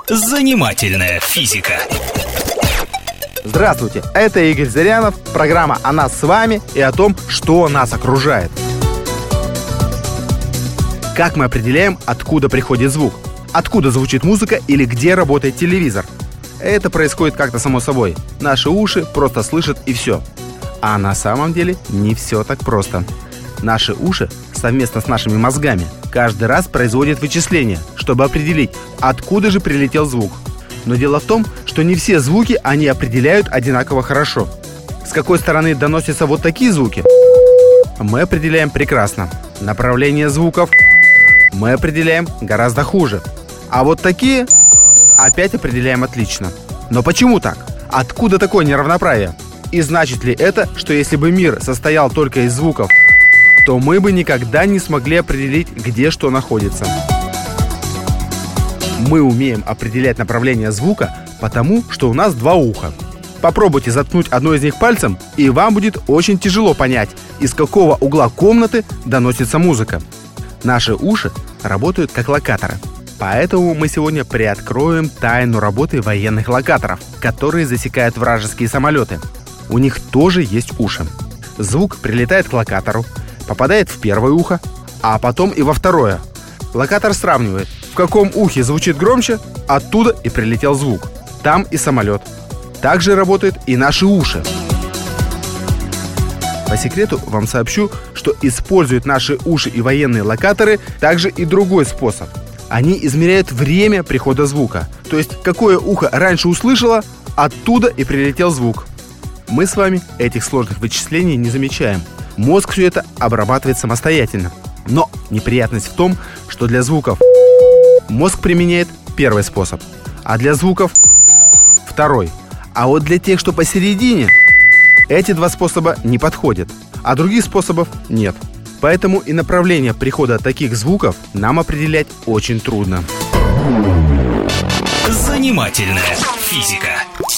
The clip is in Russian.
Занимательная физика. Здравствуйте, это Игорь Зырянов, программа о нас с вами и о том, что нас окружает. Как мы определяем, откуда приходит звук? Откуда звучит музыка или где работает телевизор? Это происходит как-то само собой. Наши уши просто слышат и все. А на самом деле не все так просто. Наши уши совместно с нашими мозгами каждый раз производят вычисления, чтобы определить, откуда же прилетел звук. Но дело в том, что не все звуки они определяют одинаково хорошо. С какой стороны доносятся вот такие звуки, мы определяем прекрасно. Направление звуков мы определяем гораздо хуже. А вот такие опять определяем отлично. Но почему так? Откуда такое неравноправие? И значит ли это, что если бы мир состоял только из звуков, то мы бы никогда не смогли определить, где что находится? Мы умеем определять направление звука, потому что у нас два уха. Попробуйте заткнуть одно из них пальцем, и вам будет очень тяжело понять, из какого угла комнаты доносится музыка. Наши уши работают как локаторы. Поэтому мы сегодня приоткроем тайну работы военных локаторов, которые засекают вражеские самолеты. У них тоже есть уши. Звук прилетает к локатору, попадает в первое ухо, а потом и во второе. Локатор сравнивает, в каком ухе звучит громче, оттуда и прилетел звук. Там и самолет. Так же работают и наши уши. По секрету вам сообщу, что используют наши уши и военные локаторы также и другой способ. Они измеряют время прихода звука. То есть, какое ухо раньше услышало, оттуда и прилетел звук. Мы с вами этих сложных вычислений не замечаем. Мозг все это обрабатывает самостоятельно. Но неприятность в том, что для звуков мозг применяет первый способ, а для звуков второй. А вот для тех, что посередине, эти два способа не подходят, а других способов нет. Поэтому и направление прихода таких звуков нам определять очень трудно. Занимательная физика.